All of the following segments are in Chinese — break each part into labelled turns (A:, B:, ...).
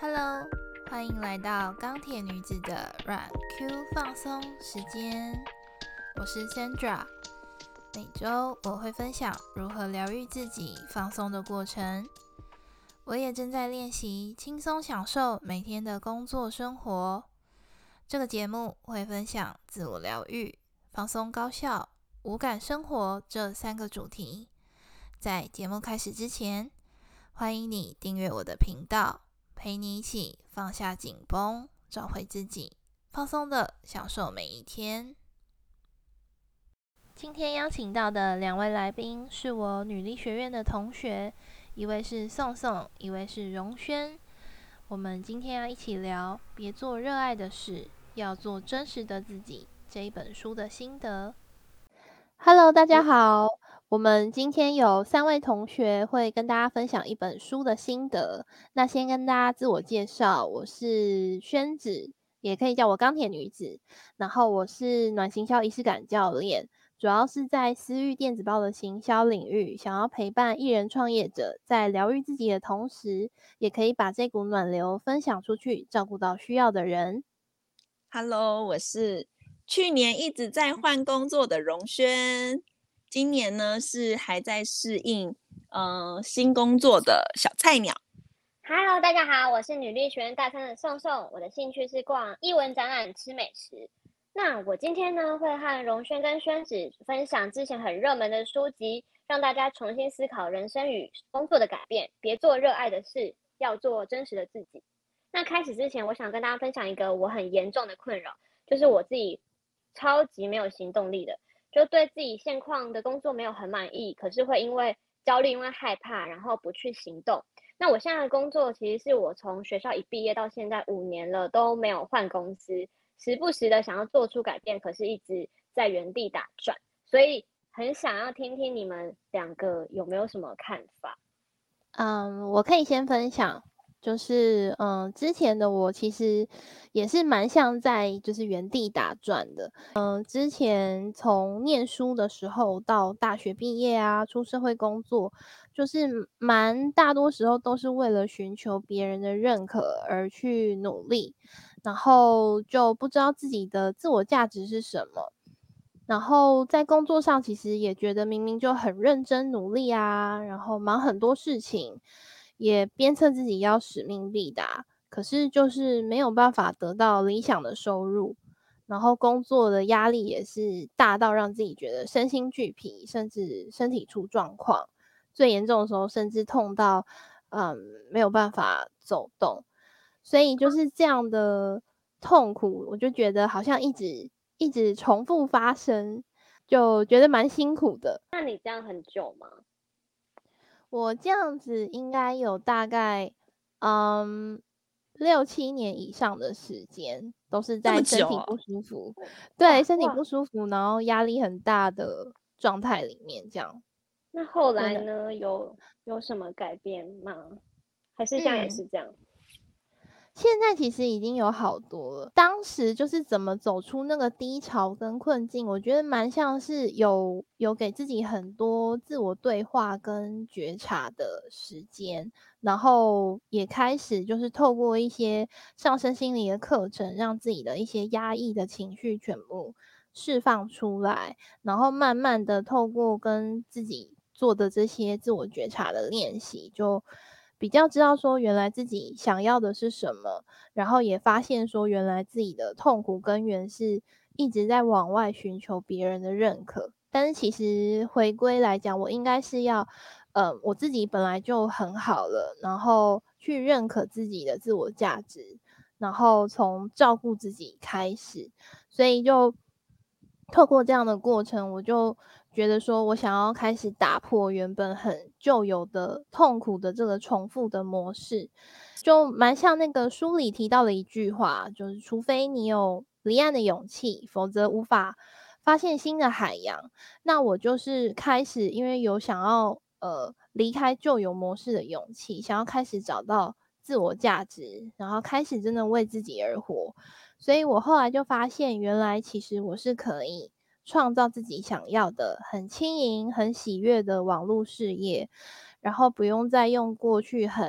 A: Hello，欢迎来到钢铁女子的软 Q 放松时间。我是 Sandra， 每周我会分享如何疗愈自己、放松的过程。我也正在练习轻松享受每天的工作生活。这个节目会分享自我疗愈、放松高效、无感生活这3个主题。在节目开始之前，欢迎你订阅我的频道，陪你一起放下紧绷，找回自己，放松的享受每一天。今天邀请到的2位来宾是我女力学院的同学，一位是宋宋，一位是荣轩。我们今天要一起聊别做热爱的事，要做真实的自己这一本书的心得。Hello， 大家好。我们今天有3位同学会跟大家分享一本书的心得。那先跟大家自我介绍，我是宣子，也可以叫我钢铁女子。然后我是暖行销仪式感教练，主要是在私域电子报的行销领域，想要陪伴艺人创业者在疗愈自己的同时，也可以把这股暖流分享出去，照顾到需要的人。
B: Hello， 我是去年一直在换工作的荣轩，今年呢是还在适应新工作的小菜鸟。
C: Hello， 大家好，我是女力学院大三的宋宋，我的兴趣是逛艺文展览、吃美食。那我今天呢会和荣轩跟宣子分享之前很热门的书籍，让大家重新思考人生与工作的改变，别做热爱的事，要做真实的自己。那开始之前，我想跟大家分享一个我很严重的困扰，就是我自己超级没有行动力的，就对自己现况的工作没有很满意，可是会因为焦虑、因为害怕，然后不去行动。那我现在的工作其实是我从学校一毕业到现在5年了，都没有换公司，时不时的想要做出改变，可是一直在原地打转，所以很想要听听你们2个有没有什么看法。
A: 我可以先分享，就是之前的我其实也是蛮像在就是原地打转的。之前从念书的时候到大学毕业啊，出社会工作，就是大多时候都是为了寻求别人的认可而去努力，然后就不知道自己的自我价值是什么。然后在工作上其实也觉得明明就很认真努力啊，然后忙很多事情，也鞭策自己要使命必达，可是就是没有办法得到理想的收入，然后工作的压力也是大到让自己觉得身心俱疲，甚至身体出状况，最严重的时候甚至痛到没有办法走动。所以就是这样的痛苦，我就觉得好像一直重复发生，就觉得蛮辛苦的。
C: 那你这样很久吗？
A: 我这样子应该有大概6-7年以上的时间，都是
B: 这么
A: 在身
B: 久哦。
A: 体不舒服，对，身体
C: 哇，
A: 不舒服，然后压力很大的状态里面，这样。
C: 那后来
A: 真的，
C: 呢，有什么改变吗？还是现在也
A: 嗯。
C: 是这样？
A: 现在其实已经有好多了。当时就是怎么走出那个低潮跟困境，我觉得蛮像是有给自己很多自我对话跟觉察的时间，然后也开始就是透过一些上身心理的课程，让自己的一些压抑的情绪全部释放出来，然后慢慢的透过跟自己做的这些自我觉察的练习，就比较知道说原来自己想要的是什么，然后也发现说原来自己的痛苦根源是一直在往外寻求别人的认可。但是其实回归来讲，我应该是要我自己本来就很好了，然后去认可自己的自我价值，然后从照顾自己开始。所以就透过这样的过程，我就觉得说我想要开始打破原本很旧有的痛苦的这个重复的模式，就蛮像那个书里提到的一句话，就是除非你有离岸的勇气，否则无法发现新的海洋。那我就是开始，因为有想要离开旧有模式的勇气，想要开始找到自我价值，然后开始真的为自己而活。所以我后来就发现，原来其实我是可以创造自己想要的很轻盈、很喜悦的网络事业，然后不用再用过去很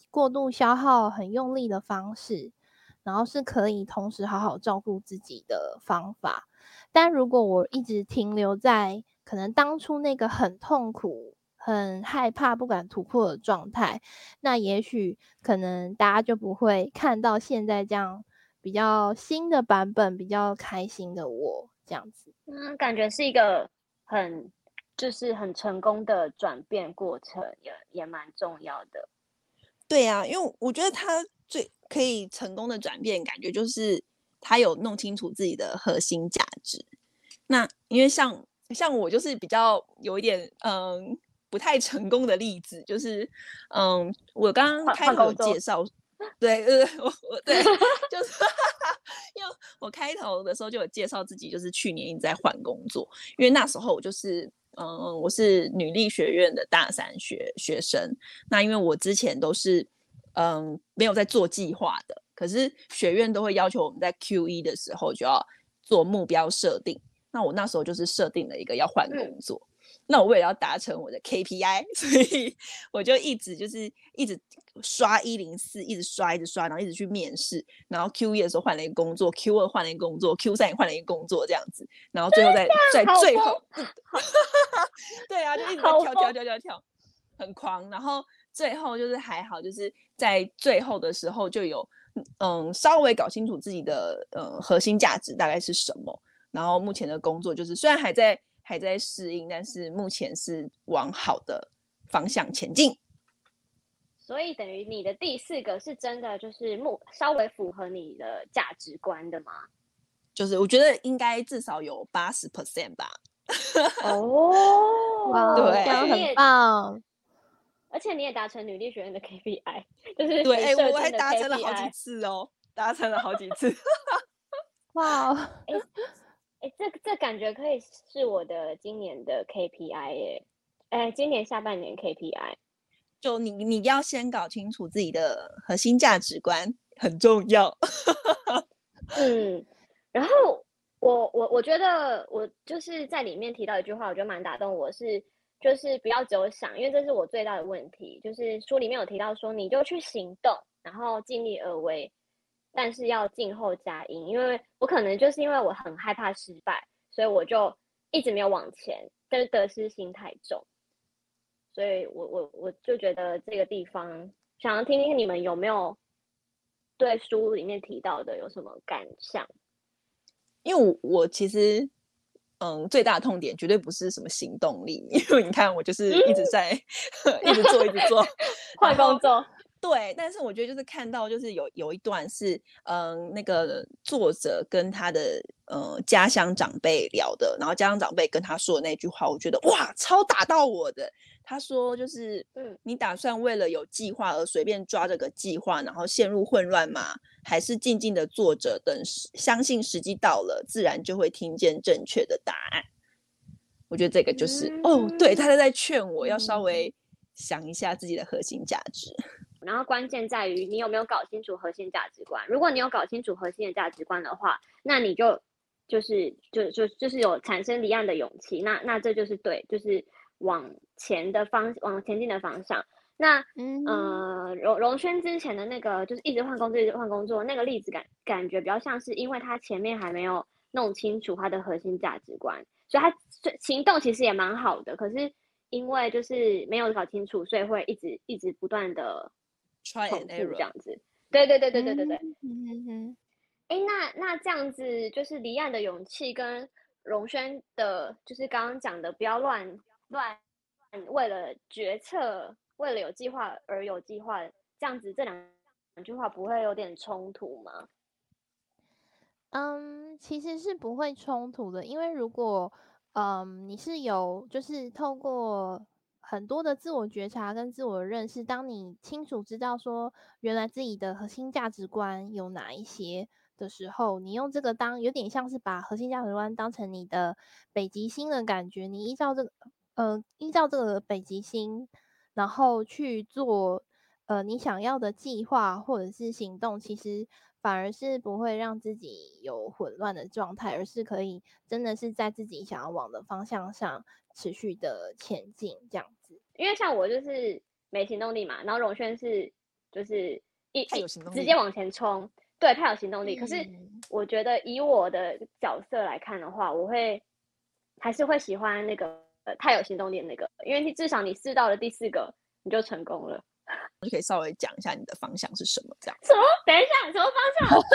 A: 过度消耗很用力的方式，然后是可以同时好好照顾自己的方法。但如果我一直停留在可能当初那个很痛苦、很害怕、不敢突破的状态，那也许可能大家就不会看到现在这样比较新的版本、比较开心的我这样子。
C: 感觉是一个就是很成功的转变过程，也蛮重要的。
B: 对啊，因为我觉得他最可以成功的转变，感觉就是他有弄清楚自己的核心价值。那因为像我就是比较有一点不太成功的例子，就是我刚刚开头有介绍，对我对，就是因为我开头的时候就有介绍自己，就是去年一直在换工作，因为那时候我就是我是女力学院的大三学生，那因为我之前都是没有在做计划的，可是学院都会要求我们在 Q1 的时候就要做目标设定，那我那时候就是设定了一个要换工作。那我为了要达成我的 KPI， 所以我就一直刷104，一直刷，然后一直去面试，然后 Q1 的时候换了一个工作， Q2 换了一个工作， Q3 也换了一个工作这样子，然后最后在最后对啊，就一直在跳，很狂，然后最后就是还好，就是在最后的时候就有稍微搞清楚自己的核心价值大概是什么，然后目前的工作就是虽然还在适应，但是目前是往好的方向前进。
C: 所以等于你的第4个是真的就是稍微符合你的价值观的吗？
B: 就是我觉得应该至少有80% 吧。
C: 哦，
A: 哇，
B: 对，
A: 这样很棒。
C: 而且你也达成女力学院的 KPI， 就是
B: 对，我还
C: 你设定的
B: 达成了好几
C: KPI。
B: 次哦，达成了好几次。
A: 哇，
C: 这感觉可以是我的今年的 KPI 耶，今年下半年 KPI。
B: 就你要先搞清楚自己的核心价值观，很重要。
C: 然后我觉得我就是在里面提到一句话，我觉得蛮打动我是，就是不要只有想，因为这是我最大的问题。就是书里面有提到说，你就去行动，然后尽力而为，但是要静候佳音。因为我可能就是因为我很害怕失败，所以我就一直没有往前，但是得失心太重。所以我就觉得这个地方想要听听你们有没有对书里面提到的有什么感想。
B: 因为我其实最大的痛点绝对不是什么行动力，因为你看我就是一直在一直做
C: 换工作。
B: 对，但是我觉得就是看到就是有一段是那个作者跟他的家乡长辈聊的，然后家乡长辈跟他说的那句话，我觉得哇超打到我的。他说就是你打算为了有计划而随便抓这个计划，然后陷入混乱吗？还是静静的坐着等相信时机到了，自然就会听见正确的答案。我觉得这个就是对，他在劝我要稍微想一下自己的核心价值。
C: 然后关键在于你有没有搞清楚核心价值观。如果你有搞清楚核心的价值观的话，那你就是有产生离岸的勇气。那这就是对，就是往前进的方向。那荣轩之前的那个就是一直换工作那个例子感觉比较像是因为他前面还没有弄清楚他的核心价值观，所以他行动其实也蛮好的，可是因为就是没有搞清楚，所以会一直不断的
B: try and error
C: 这样子。对。那这样子就是离岸的勇气跟荣轩的，就是刚刚讲的不要乱为了决策，为了有计划而有计划，这样子这两句话不会有点冲突吗？
A: 其实是不会冲突的，因为如果你是有就是透过很多的自我觉察跟自我认识，当你清楚知道说原来自己的核心价值观有哪一些的时候，你用这个有点像是把核心价值观当成你的北极星的感觉，你依照这个北极星，然后去做你想要的计划或者是行动，其实反而是不会让自己有混乱的状态，而是可以真的是在自己想要往的方向上持续的前进这样子。
C: 因为像我就是没行动力嘛，然后荣轩是就是
B: 太有行动力
C: 直接往前冲，对，太有行动力。可是我觉得以我的角色来看的话，我还是会喜欢那个太有行动力的那个，因为至少你试到了第4个，你就成功了。
B: 就可以稍微讲一下你的方向是什么，这样。
C: 什么？等一下，什么方向？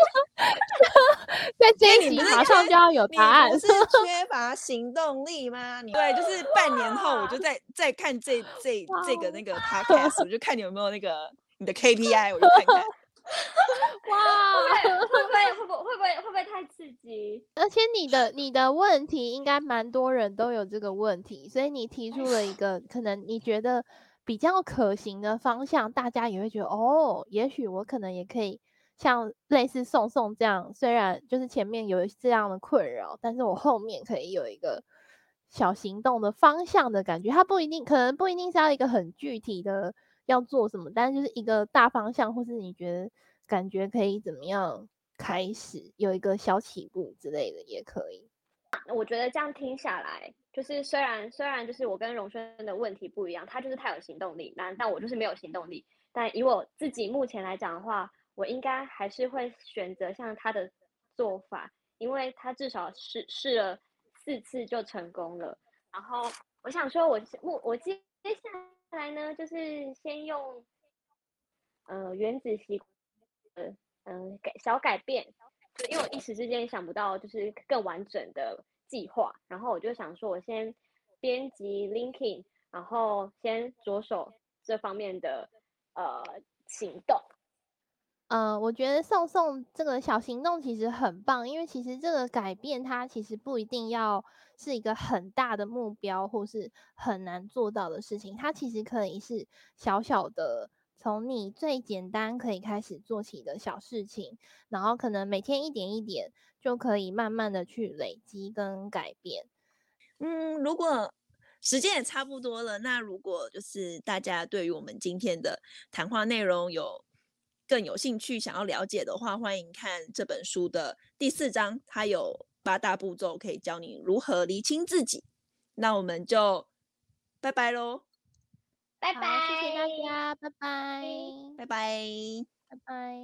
A: 在这一集马上就要有答案。
B: 你不是缺乏行动力吗？对，就是半年后我就再看这个那个 podcast， 我就看你有没有那个你的 KPI， 我就看看。
C: 哇，会不会太刺激？
A: 而且你的问题应该蛮多人都有这个问题，所以你提出了一个可能你觉得比较可行的方向，大家也会觉得哦，也许我可能也可以像类似宋宋这样，虽然就是前面有这样的困扰，但是我后面可以有一个小行动的方向的感觉。它可能不一定是要一个很具体的要做什么，但是就是一个大方向，或是你觉得感觉可以怎么样开始有一个小起步之类的也可以。
C: 我觉得这样听下来，就是虽然就是我跟荣轩的问题不一样，他就是太有行动力，但我就是没有行动力。但以我自己目前来讲的话，我应该还是会选择像他的做法，因为他至少试了4次就成功了。然后我想说我接下来呢，就是先用原子习惯小改变，因为我一时之间想不到就是更完整的计划，然后我就想说我先编辑 LinkedIn， 然后先着手这方面的行动。
A: 我觉得宋宋这个小行动其实很棒，因为其实这个改变它其实不一定要是一个很大的目标或是很难做到的事情，它其实可以是小小的，从你最简单可以开始做起的小事情，然后可能每天一点一点就可以慢慢的去累积跟改变。
B: 如果时间也差不多了，那如果就是大家对于我们今天的谈话内容更有兴趣想要了解的话，欢迎看这本书的第4章，它有8大步骤可以教你如何厘清自己。那我们就拜拜咯，
C: 拜拜，
A: 谢谢大家，拜拜，
B: 拜拜，
A: 拜拜。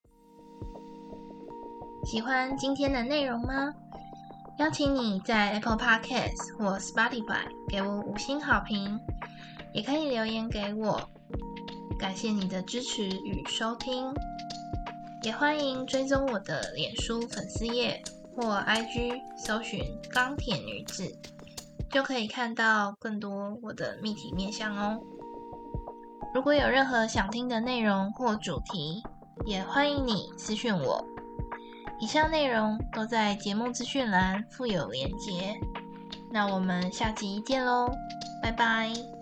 A: 喜欢今天的内容吗？邀请你在 Apple Podcast 或 Spotify 给我5星好评，也可以留言给我。感谢你的支持与收听，也欢迎追踪我的脸书粉丝页或 IG 搜寻钢铁女子，就可以看到更多我的秘体面向哦。如果有任何想听的内容或主题，也欢迎你私讯我。以上内容都在节目资讯栏附有连结。那我们下集见咯，拜拜。